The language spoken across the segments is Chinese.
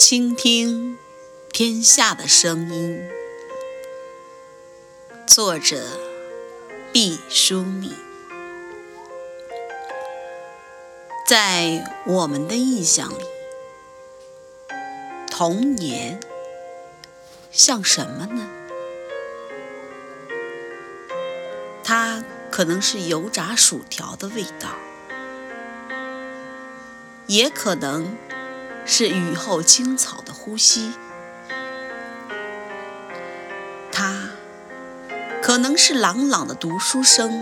倾听天下的声音。作者毕淑敏。在我们的印象里，童年像什么呢？它可能是油炸薯条的味道，也可能是雨后青草的呼吸，它可能是朗朗的读书声，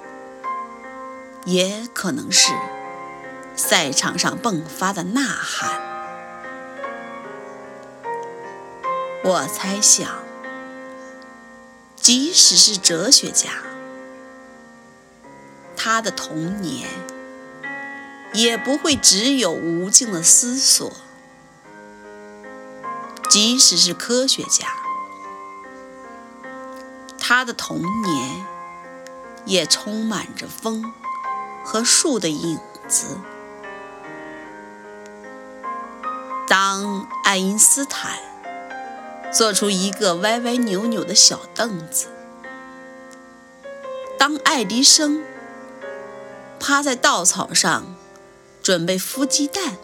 也可能是赛场上迸发的呐喊。我猜想，即使是哲学家，他的童年也不会只有无尽的思索；即使是科学家，他的童年也充满着风和树的影子。当爱因斯坦做出一个歪歪扭扭的小凳子，当爱迪生趴在稻草上准备孵鸡蛋，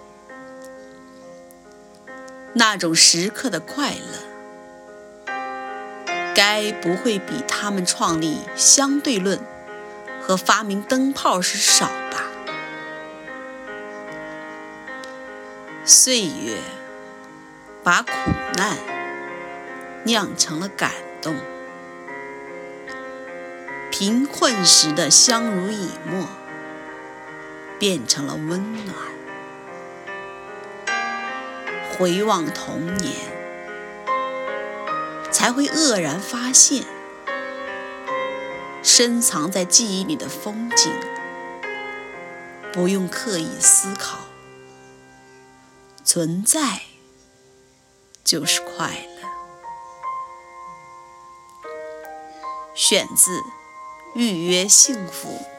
那种时刻的快乐，该不会比他们创立相对论和发明灯泡时少吧？岁月把苦难酿成了感动，贫困时的相濡以沫变成了温暖。回望童年，才会愕然发现，深藏在记忆里的风景，不用刻意思考，存在就是快乐。选自《预约幸福》。